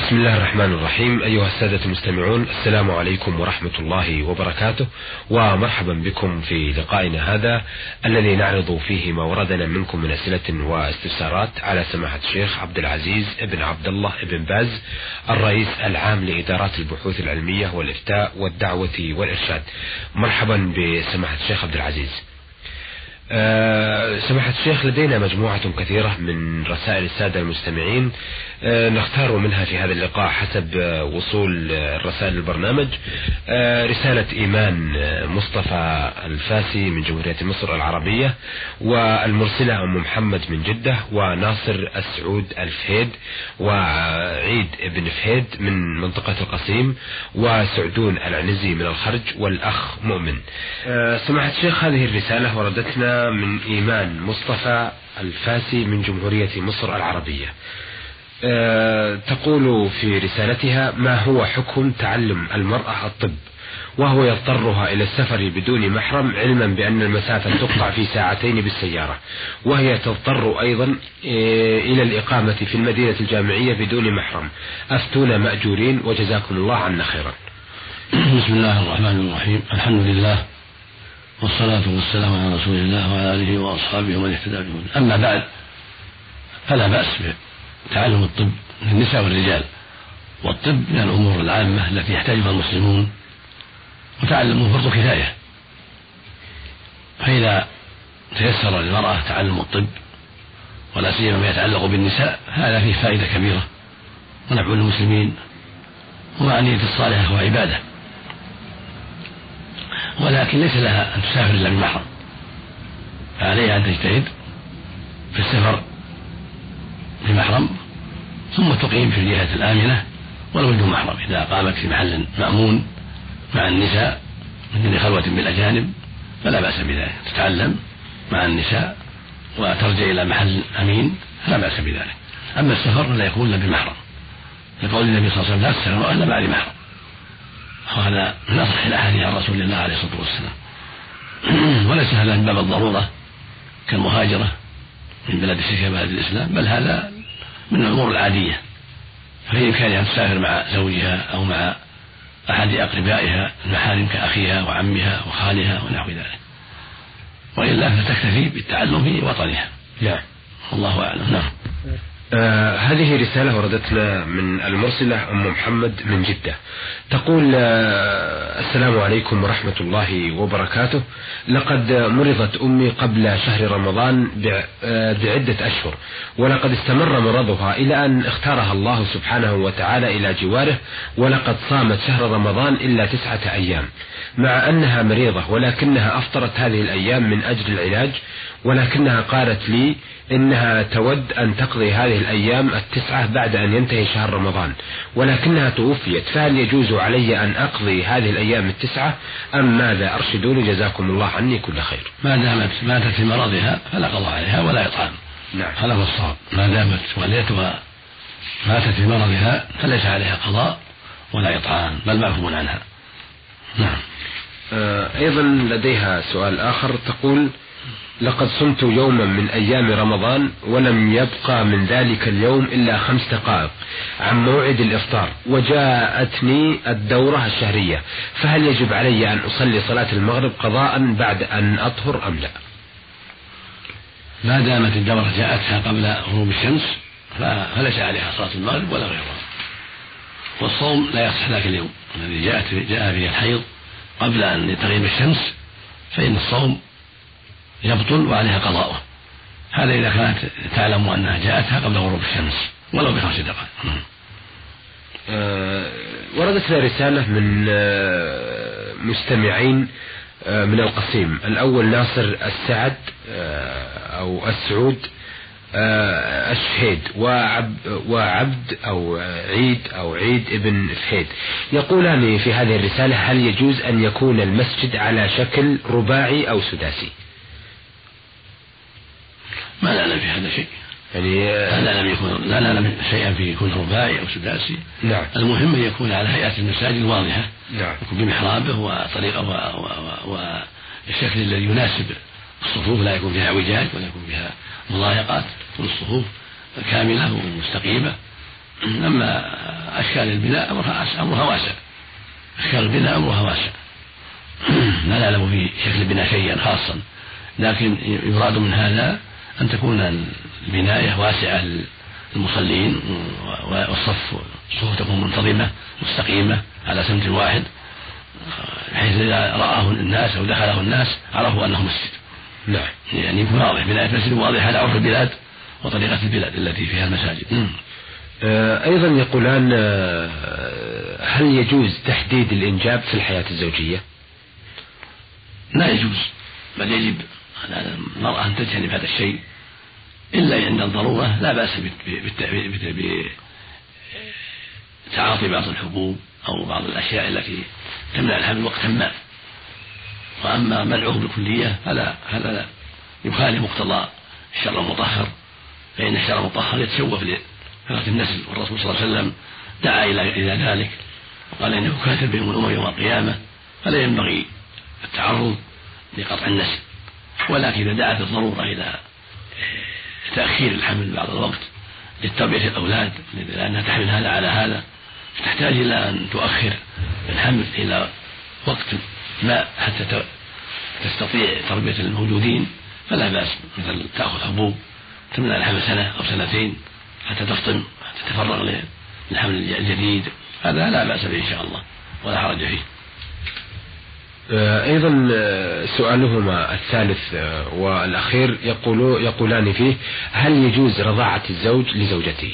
بسم الله الرحمن الرحيم. أيها السادة المستمعون، السلام عليكم ورحمة الله وبركاته، ومرحبا بكم في لقائنا هذا الذي نعرض فيه ما وردنا منكم من أسئلة واستفسارات على سماحة الشيخ عبد العزيز ابن عبد الله ابن باز، الرئيس العام لإدارات البحوث العلمية والإفتاء والدعوة والإرشاد. مرحبا بسماحة الشيخ عبد العزيز. سماحة الشيخ، لدينا مجموعة كثيرة من رسائل السادة المستمعين، نختار منها في هذا اللقاء حسب وصول الرسائل للبرنامج. رسالة إيمان مصطفى الفاسي من جمهورية مصر العربية، والمرسلة أم محمد من جدة، وناصر السعود الفهيد، وعيد ابن فهيد من منطقة القصيم، وسعدون العنزي من الخرج، والأخ مؤمن. سماحة الشيخ، هذه الرسالة وردتنا من إيمان مصطفى الفاسي من جمهورية مصر العربية. تقول في رسالتها: ما هو حكم تعلم المرأة الطب وهو يضطرها إلى السفر بدون محرم، علما بأن المسافة تقطع في ساعتين بالسيارة، وهي تضطر أيضا إلى الإقامة في المدينة الجامعية بدون محرم؟ أفتونا مأجورين وجزاكم الله عنا خيرا. بسم الله الرحمن الرحيم. الحمد لله والصلاة والسلام على رسول الله وعلى آله وأصحابه ومن اهتدى بهداه. أما بعد، فلا بأس بتعلم الطب للنساء والرجال، والطب من الأمور العامة التي يحتاجها المسلمون، وتعلمه فرض كفاية. فإذا تيسر للمرأة تعلم الطب، ولا سيما ما يتعلق بالنساء، هذا فيه فائدة كبيرة ونفع للمسلمين، ومع نية الصالحة وعبادة. ولكن ليس لها أن تسافر إلا بمحرم، فعليها أن تجتهد في السفر بمحرم، ثم تقيم في الجهة الآمنة ولو بدون محرم. إذا قامت في محل مأمون مع النساء من دون خلوة بالأجانب فلا بأس بذلك، تتعلم مع النساء وترجع إلى محل أمين، فلا بأس بذلك. أما السفر لا يكون إلا بمحرم، لقول النبي صلى الله عليه وسلم: لا تسافروا إلا مع محرم، وهذا من أصح الأحاديث عن رسول الله عليه الصلاة والسلام. وليس هذا من باب الضرورة كالمهاجرة من بلد الشرك إلى بلد الإسلام، بل هذا من الأمور العادية، فهي إمكانها أن تسافر مع زوجها أو مع أحد أقربائها المحارم كأخيها وعمها وخالها ونحو ذلك، وإلا فتكتفي بالتعلم في وطنها. نعم، والله أعلم. نعم. هذه رسالة وردتنا من المرسلة أم محمد من جدة، تقول: السلام عليكم ورحمة الله وبركاته. لقد مرضت أمي قبل شهر رمضان بعدة أشهر، ولقد استمر مرضها إلى أن اختارها الله سبحانه وتعالى إلى جواره، ولقد صامت شهر رمضان إلا 9 أيام مع أنها مريضة، ولكنها أفطرت هذه الأيام من أجل العلاج، ولكنها قالت لي إنها تود أن تقضي هذه الأيام 9 بعد أن ينتهي شهر رمضان، ولكنها توفيت، فهل يجوز علي أن أقضي هذه الأيام 9 أم ماذا؟ أرشدوني جزاكم الله عني كل خير. ما دامت ماتت في مرضها فلا قضاء عليها ولا إطعام. نعم، هذا هو الصواب. ما دامت والدتها ماتت في مرضها فليس عليها قضاء ولا إطعام، بل معفو عنها. نعم. أيضا لديها سؤال آخر، تقول: لقد صمت يوما من أيام رمضان ولم يبقى من ذلك اليوم إلا 5 دقائق عن موعد الإفطار، وجاءتني الدورة الشهرية، فهل يجب علي أن أصلي صلاة المغرب قضاء بعد أن أطهر أم لا؟ ما دامت الدورة جاءتها قبل غروب الشمس فليس عليها صلاة المغرب ولا غيرها. والصوم لا يصح ذاك اليوم الذي جاء فيه الحيض قبل أن تغيب الشمس، فإن الصوم يبطل وعليها قضاؤه. هذا إذا كانت تعلم أنها جاءتها قبل غروب الشمس ولو ب5 دقائق. وردت لنا رسالة من مستمعين من القصيم. الأول ناصر السعد أو السعود الفهيد، وعبد أو عيد ابن فهيد، يقولان في هذه الرسالة: هل يجوز أن يكون المسجد على شكل رباعي أو سداسي؟ ما نعلم في هذا شيء، يعني لا نعلم شيئا في يكون رباعي أو سداسي. نعم. المهم أن يكون على هيئة المساجد الواضحة. نعم. يكون بمحرابه وطريقة والشكل الذي يناسب الصفوف، لا يكون فيها اعوجاج ولا يكون فيها مضايقات، تكون الصفوف كاملة ومستقيمة. أما وأشكال البناء أمرها واسع. أشكال البناء أمرها واسع. لا نعلم في شكل البناء شيئا خاصا، لكن يراد من هذا أن تكون البناية واسعة للمصلين، والصفوف تكون منتظمة مستقيمة على سمت واحد، بحيث إذا رآه الناس أو دخله الناس عرفوا أنه مسجد. نعم. يعني يكون واضح، بناية مسجد واضحة على عرف البلاد وطريقة البلاد التي فيها المساجد. أيضا يقولان هل يجوز تحديد الإنجاب في الحياة الزوجية؟ لا يجوز، بل يجب على المرأة أن تجتنب هذا الشيء إلا عند الضرورة. لا بأس بتعاطي بعض الحبوب أو بعض الأشياء التي تمنع الحمل وقتا ما. وأما منعه بالكلية هذا لا يخالف مقتضى الشرع المطهر، فإن الشرع المطهر يتشوف لفرط النسل، والرسول صلى الله عليه وسلم دعا إلى ذلك وقال إنه كاتب بهم الأمم يوم القيامة، فلا ينبغي التعرض لقطع النسل. ولكن إذا دعت الضرورة إلى تأخير الحمل بعض الوقت لتربية الأولاد، لأنها تحمل هذا على هذا، فتحتاج إلى أن تؤخر الحمل إلى وقت ما حتى تستطيع تربية الموجودين، فلا بأس، مثل تأخذ حبوب تمنع الحمل سنة أو سنتين حتى تفطم، حتى تتفرغ للحمل الجديد، هذا لا بأس به إن شاء الله ولا حرج فيه. أيضا سؤالهما الثالث والأخير يقولان فيه: هل يجوز رضاعة الزوج لزوجته؟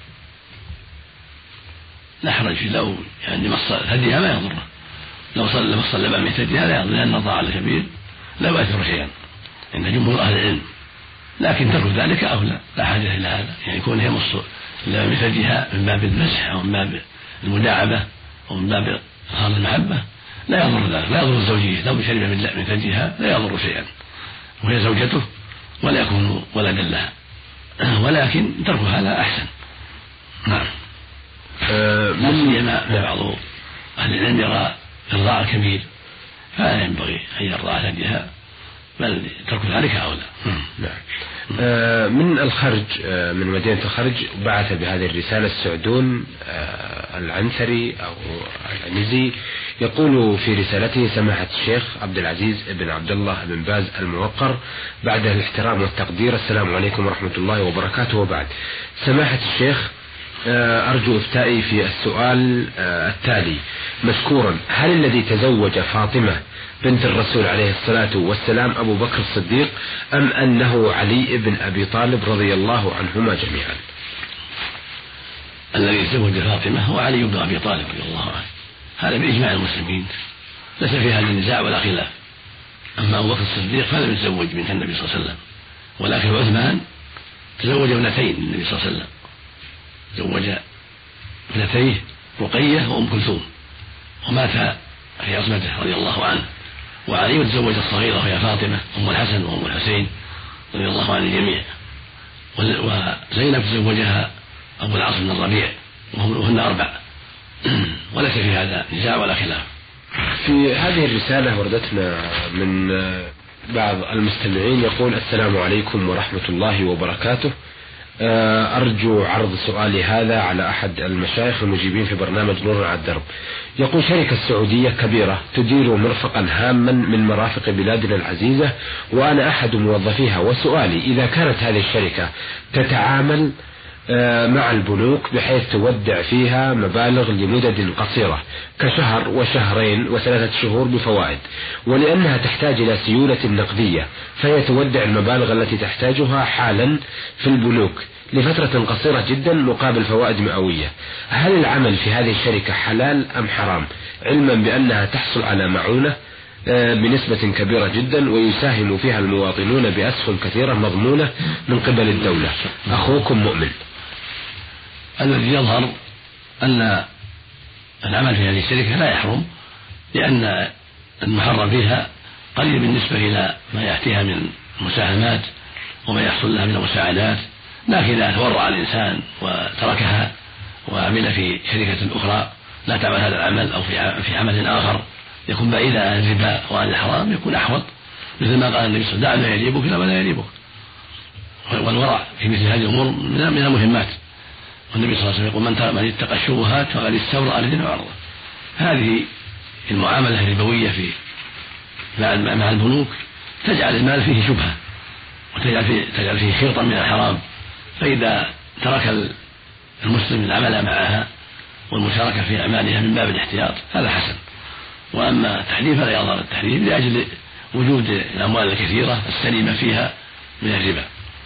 لا حرج فيه، لو يعني مص ثديها ما يضره، لو مص اللبن من ثديها لا يضر، لأن الرضاعة الكبير لا يؤثر شيئا عند جمهور أهل العلم، لكن ترك ذلك أولى، لا حاجة إلى هذا. يعني يكون هي مص اللبن من ثديها من باب المسح أو من باب المداعبة أو من باب إظهار المحبة لا يضر ذلك، لا يضر الزوجية، لو شرب من ثديها لا يضر شيئا وهي زوجته ولا يكون ولدا لها، ولكن ترك هذا أحسن. نعم. لا سيما بعض أهل العلم يرى إرضاع الكبير فلا ينبغي أن يرضع ثديها، بل ترك ذلك أولى. نعم. من الخرج، من مدينة الخرج، بعث بهذه الرسالة السعدون العنثري أو العنزي، يقول في رسالته: سماحة الشيخ عبد العزيز بن عبد الله بن باز الموقر، بعد الاحترام والتقدير، السلام عليكم ورحمة الله وبركاته. وبعد، سماحة الشيخ، أرجو إفتائي في السؤال التالي مشكورا: هل الذي تزوج فاطمة بنت الرسول عليه الصلاة والسلام أبو بكر الصديق، أم أنه علي بن أبي طالب رضي الله عنهما جميعا؟ الذي تزوج فاطمة هو علي بن أبي طالب رضي الله عنه، هذا بإجماع المسلمين، ليس في هذا النزاع ولا خلاف. أما أبو بكر الصديق فلم يتزوج بنت النبي صلى الله عليه وسلم، ولكن عثمان تزوج ابنتين النبي صلى الله عليه وسلم، تزوج ابنتيه رقية وأم كلثوم، ومات في عصمته رضي الله عنه. وعلي تزوج الصغيرة وهي فاطمة أم الحسن وأم الحسين رضي الله عن الجميع. وزينب تزوجها أبو العاص بن الربيع وهن 4 وليس في هذا نزاع ولا خلاف. في هذه الرسالة وردتنا من بعض المستمعين يقول: السلام عليكم ورحمة الله وبركاته، أرجو عرض سؤالي هذا على أحد المشايخ المجيبين في برنامج نور على الدرب. يقول: شركة سعودية كبيرة تدير مرفقا هاما من مرافق بلادنا العزيزة، وأنا أحد موظفيها، وسؤالي: إذا كانت هذه الشركة تتعامل مع البنوك بحيث تودع فيها مبالغ لمدد قصيرة كشهر وشهرين و3 شهور بفوائد، ولأنها تحتاج إلى سيولة نقدية، فهي تودع المبالغ التي تحتاجها حالا في البنوك لفترة قصيرة جدا مقابل فوائد مئوية، هل العمل في هذه الشركة حلال أم حرام، علما بأنها تحصل على معونة بنسبة كبيرة جدا ويساهم فيها المواطنون بأسهم كثيرة مضمونة من قبل الدولة؟ أخوكم مؤمن. الذي يظهر أن العمل في هذه الشركة لا يحرم، لأن المحرم فيها قليل بالنسبة إلى ما يأتيها من المساهمات وما يحصل لها من المساعدات، لكن إذا تورع الإنسان وتركها وعمل في شركة أخرى لا تعمل هذا العمل أو في عمل آخر يكون بعيدا عن الربا وعن الحرام يكون أحوط، مثل ما قال النبي صلى الله عليه وسلم: دع ما يريبك إلى ما لا يريبك. والورع في مثل هذه الأمور من المهمات، والنبي صلى الله عليه وسلم يقول من اتقى الشبهات فقد استبرأ لدينه وعرضه. هذه المعاملة الربوية مع البنوك تجعل المال فيه شبهة وتجعل فيه خيطا من الحرام، فإذا ترك المسلم العمل معها والمشاركة في أعمالها من باب الاحتياط هذا حسن. وأما التحريم فلا يظهر التحريم لأجل وجود الأموال الكثيرة السليمة فيها من الربا،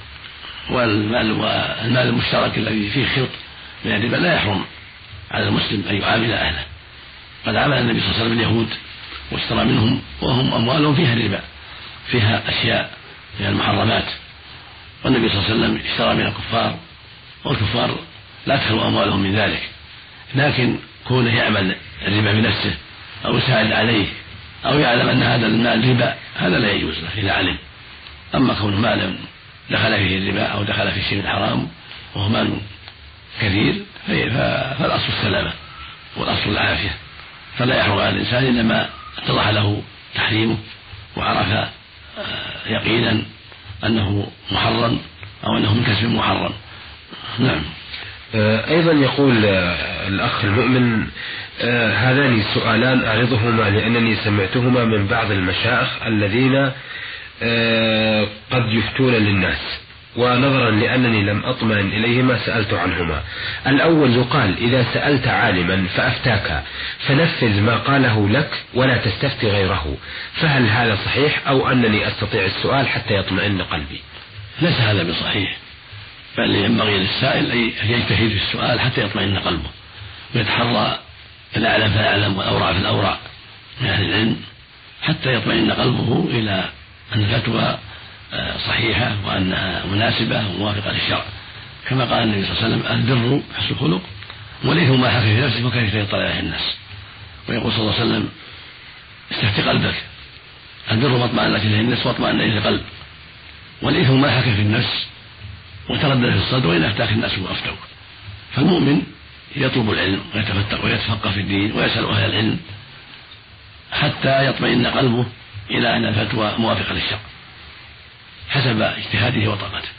والمال المشترك الذي فيه خلط من الربا لا يحرم على المسلم أن يعامل أهله. قد عامل النبي صلى الله عليه وسلم اليهود واشترى منهم وهم أموالهم فيها الربا، فيها أشياء من المحرمات، والنبي صلى الله عليه وسلم اشترى من الكفار والكفار لا تخلو أموالهم من ذلك، لكن كونه يعمل الربا بنفسه أو يساعد عليه أو يعلم أن هذا المال ربا هذا لا يجوز له إذا علم. أما كون مالا دخل فيه الربا أو دخل فيه شيء حرام وهو مال كثير فالأصل السلامة والأصل العافية، فلا يحرم على الإنسان إلا ما اتضح له تحريمه وعرف يقينا أنه محرم أو أنه من كسب محرم. نعم. أيضا يقول الأخ المؤمن هذان سؤالان أعرضهما لأنني سمعتهما من بعض المشايخ الذين قد يفتون للناس، ونظرا لأنني لم أطمئن إليهما سألت عنهما. الأول يقال إذا سألت عالما فأفتاك فنفذ ما قاله لك ولا تستفتي غيره، فهل هذا صحيح أو أنني أستطيع السؤال حتى يطمئن قلبي؟ ليس هذا بصحيح، بل ينبغي للسائل أن يجتهد في السؤال حتى يطمئن قلبه ويتحرى الأعلم فالأعلم والأورع فالأورع من أهل العلم حتى يطمئن قلبه إلى أن الفتوى صحيحة وأنها مناسبة وموافقة للشرع، كما قال النبي صلى الله عليه وسلم البر حسن الخلق والإثم ما حكى في نفسك وكيف يطلع عليه الناس. ويقول صلى الله عليه وسلم استفتي قلبك، البر ما اطمأنت إليه النفس واطمأن إليه القلب، والإثم ما حكى في النفس وتردد في الصدر وإن أفتاك الناس وأفتوك. فالمؤمن يطلب العلم ويتفتق ويتفقه في الدين ويسأل أهل العلم حتى يطمئن قلبه إلى أن الفتوى موافقة للشرع حسب اجتهاده وطاقته.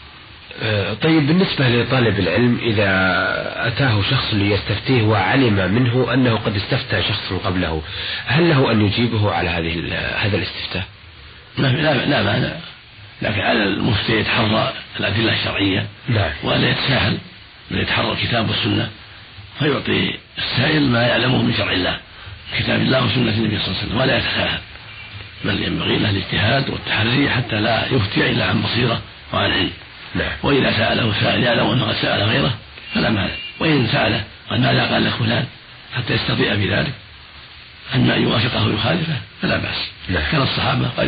طيب، بالنسبة لطالب العلم إذا أتاه شخص ليستفتيه وعلم منه أنه قد استفتى شخص قبله، هل له أن يجيبه على هذا الاستفتاء؟ لا مانع، لكن على المفتي يتحرى الأدلة الشرعية ولا يتساهل، بل يتحرى الكتاب والسنة فيعطي السائل ما يعلمه من شرع الله كتاب الله وسنة النبي صلى الله عليه وسلم ولا يتساهل، بل ينبغي له الاجتهاد والتحري حتى لا يفتي إلا عن بصيرة وعن علم. وإذا سأله سائل يعلم أنه قد سأل غيره فلا مانع، وإن سأله قال ماذا قال لك فلان حتى يستطيع بذلك أما أن يوافقه ويخالفه فلا بأس. كان الصحابة قد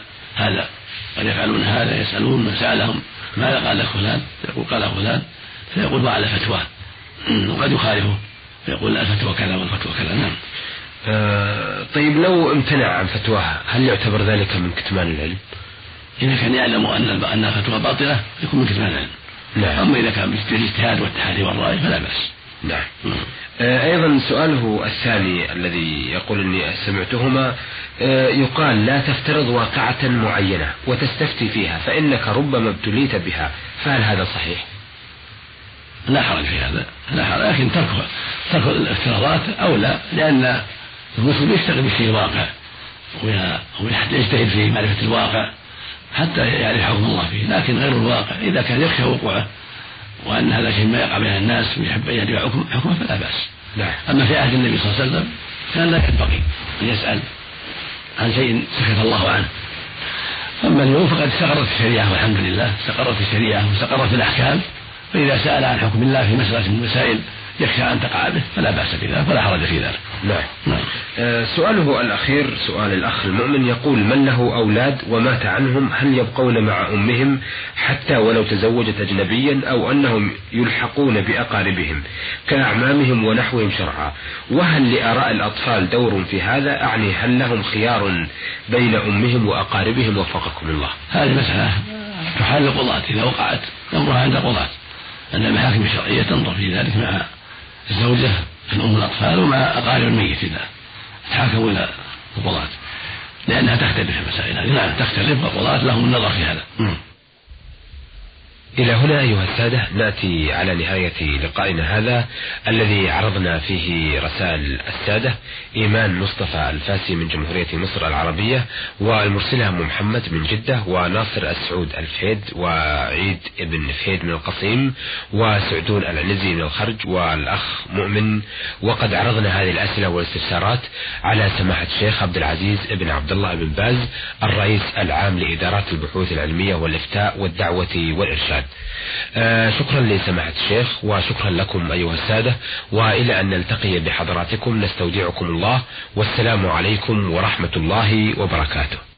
يفعلون هذا يسألون من سألهم ماذا قال لك فلان يقول قال فلان فيقول وعلى فتواه، وقد يخالفه فيقول الفتوى كذا والفتوى كذا. نعم. طيب، لو امتنع عن فتواها هل يعتبر ذلك من كتمان العلم؟ إذا كان يعلم أن الفتوى باطلة يكون من كتمان العلم. أما إذا كان بالاجتهاد والتحري والرأي فلا بأس. نعم. أيضا سؤاله الثاني الذي يقول إني سمعتهما يقال لا تفترض واقعة معينة وتستفتي فيها فإنك ربما ابتليت بها، فهل هذا صحيح؟ لا حرج في هذا، لا حرج، لكن ترك الافتراضات أولى، لأن المسلم يشتغل بالشيء الواقع ويجتهد في معرفة الواقع حتى يعرف حكم الله فيه، لكن غير الواقع إذا كان يخشى وقوعه وأن هذا شيء ما يقع بين الناس ويحب أن يدعي حكمه فلا بأس. أما في عهد النبي صلى الله عليه وسلم كان لا ينبغي أن يسأل عن شيء سكت الله عنه. أما اليوم فقد استقرت الشريعة والحمد لله، استقرت الشريعة واستقرت الأحكام، فإذا سأل عن حكم الله في مسألة من المسائل يخشى أن تقع به فلا بأس بذلك ولا حرج في ذلك. نعم. سؤاله الأخير سؤال الأخ المؤمن يقول من له أولاد ومات عنهم هل يبقون مع أمهم حتى ولو تزوجت أجنبيا أو أنهم يلحقون بأقاربهم كأعمامهم ونحوهم شرعا، وهل لآراء الأطفال دور في هذا؟ أعني هل لهم خيار بين أمهم وأقاربهم وفقكم الله؟ هذه مسألة تحال القضاة إذا وقعت أمرها عند القضاة، أن المحاكم الشرعية تنظر في ذلك مع الزوجة من أم الأطفال ومع أقارب الميت إذا تحاكموا إلى القضاة، لأنها تختلف في المسائل هذه. نعم تختلف، والقضاة لهم النظر في هذا. إلى هنا أيها السادة نأتي على نهاية لقائنا هذا الذي عرضنا فيه رسائل السادة إيمان مصطفى الفاسي من جمهورية مصر العربية، والمرسلة أم محمد من جدة، وناصر السعود الفهيد، وعيد ابن فهيد من القصيم، وسعدون العنزي من الخرج، والأخ مؤمن. وقد عرضنا هذه الأسئلة والاستفسارات على سماحة الشيخ عبد العزيز ابن عبد الله بن باز الرئيس العام لإدارات البحوث العلمية والإفتاء والدعوة والإرشاد. شكرا لسماحة الشيخ، وشكرا لكم أيها السادة، وإلى أن نلتقي بحضراتكم نستودعكم الله، والسلام عليكم ورحمة الله وبركاته.